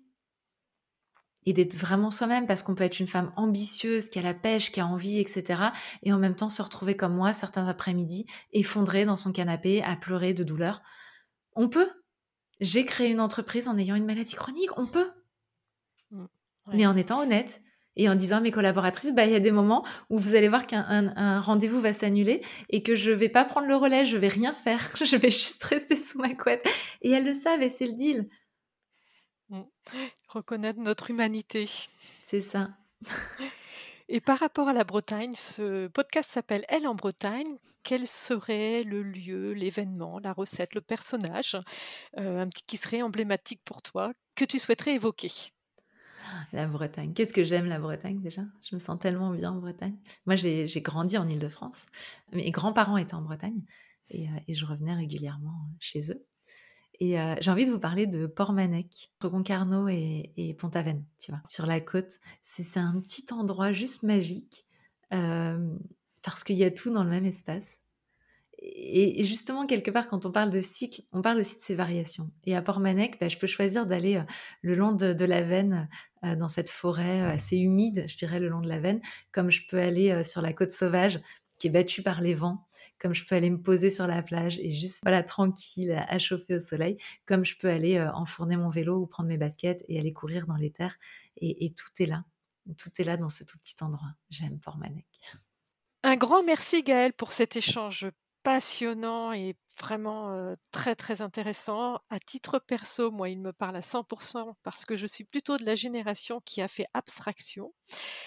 et d'être vraiment soi-même parce qu'on peut être une femme ambitieuse, qui a la pêche, qui a envie et cetera et en même temps se retrouver comme moi certains après-midi, effondrée dans son canapé à pleurer de douleur. On peut. J'ai créé une entreprise en ayant une maladie chronique, on peut, Mmh. mais Ouais. en étant honnête et en disant à mes collaboratrices: «Bah, il y a des moments où vous allez voir qu'un un un rendez-vous va s'annuler et que je vais pas prendre le relais, je vais rien faire, je vais juste rester sous ma couette» et elles le savent et c'est le deal. Mmh. Reconnaître notre humanité. C'est ça. Et par rapport à la Bretagne, ce podcast s'appelle Elle en Bretagne. Quel serait le lieu, l'événement, la recette, le personnage, heu, un petit qui serait emblématique pour toi, que tu souhaiterais évoquer? La Bretagne, qu'est-ce que j'aime la Bretagne déjà? Je me sens tellement bien en Bretagne. Moi, j'ai j'ai grandi en Île-de-France. Mes grands-parents étaient en Bretagne et heu et je revenais régulièrement, chez eux et heu, j'ai envie de vous parler de Portmanec, entre Concarneau et et Pont-Aven, tu vois? Sur la côte. C'est c'est un petit endroit juste magique, hem, parce qu'il y a tout dans le même espace et et justement, quelque part, quand on parle de cycle, on parle aussi de ces variations et à Portmanec, bah, je peux choisir d'aller, heu, le long de de la Veine, heu, dans cette forêt, heu, assez humide, je dirais, le long de la Veine, comme je peux aller, heu, sur la côte sauvage qui est battue par les vents, comme je peux aller me poser sur la plage et juste, voilà, tranquille, à à chauffer au soleil, comme je peux aller, heu, enfourner mon vélo ou prendre mes baskets et aller courir dans les terres et et tout est là. Tout est là dans ce tout petit endroit. J'aime Portmanec. Un grand merci Gaëlle pour cet échange passionnant et vraiment, heu, très, très intéressant. À titre perso, moi, il me parle à cent pour cent parce que je suis plutôt de la génération qui a fait abstraction.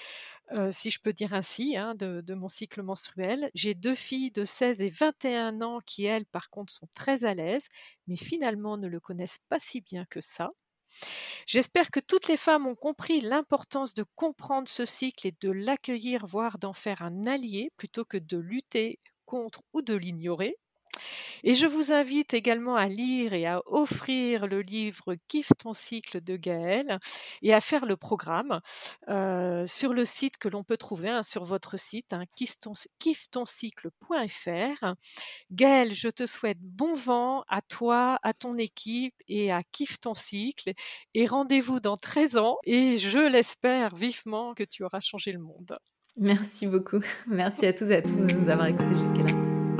euh, si je peux dire ainsi, hein, de, de mon cycle menstruel. J'ai deux filles de seize et vingt et un ans qui, elles, par contre, sont très à l'aise, mais finalement ne le connaissent pas si bien que ça. J'espère que toutes les femmes ont compris l'importance de comprendre ce cycle et de l'accueillir, voire d'en faire un allié, plutôt que de lutter contre ou de l'ignorer. Et je vous invite également à lire et à offrir le livre Kiffe ton cycle de Gaëlle et à faire le programme euh, sur le site que l'on peut trouver, hein, sur votre site, hein, kiffe ton cycle point f r. Gaëlle, je te souhaite bon vent à toi, à ton équipe et à Kiffe ton cycle. Et rendez-vous dans treize ans et je l'espère vivement que tu auras changé le monde. Merci beaucoup. Merci à tous et à tous de nous avoir écoutés jusque-là.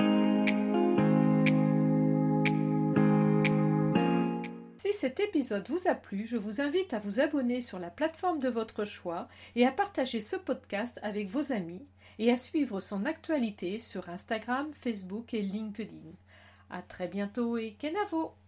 Si cet épisode vous a plu, je vous invite à vous abonner sur la plateforme de votre choix et à partager ce podcast avec vos amis et à suivre son actualité sur Instagram, Facebook et LinkedIn. À très bientôt et Kenavo!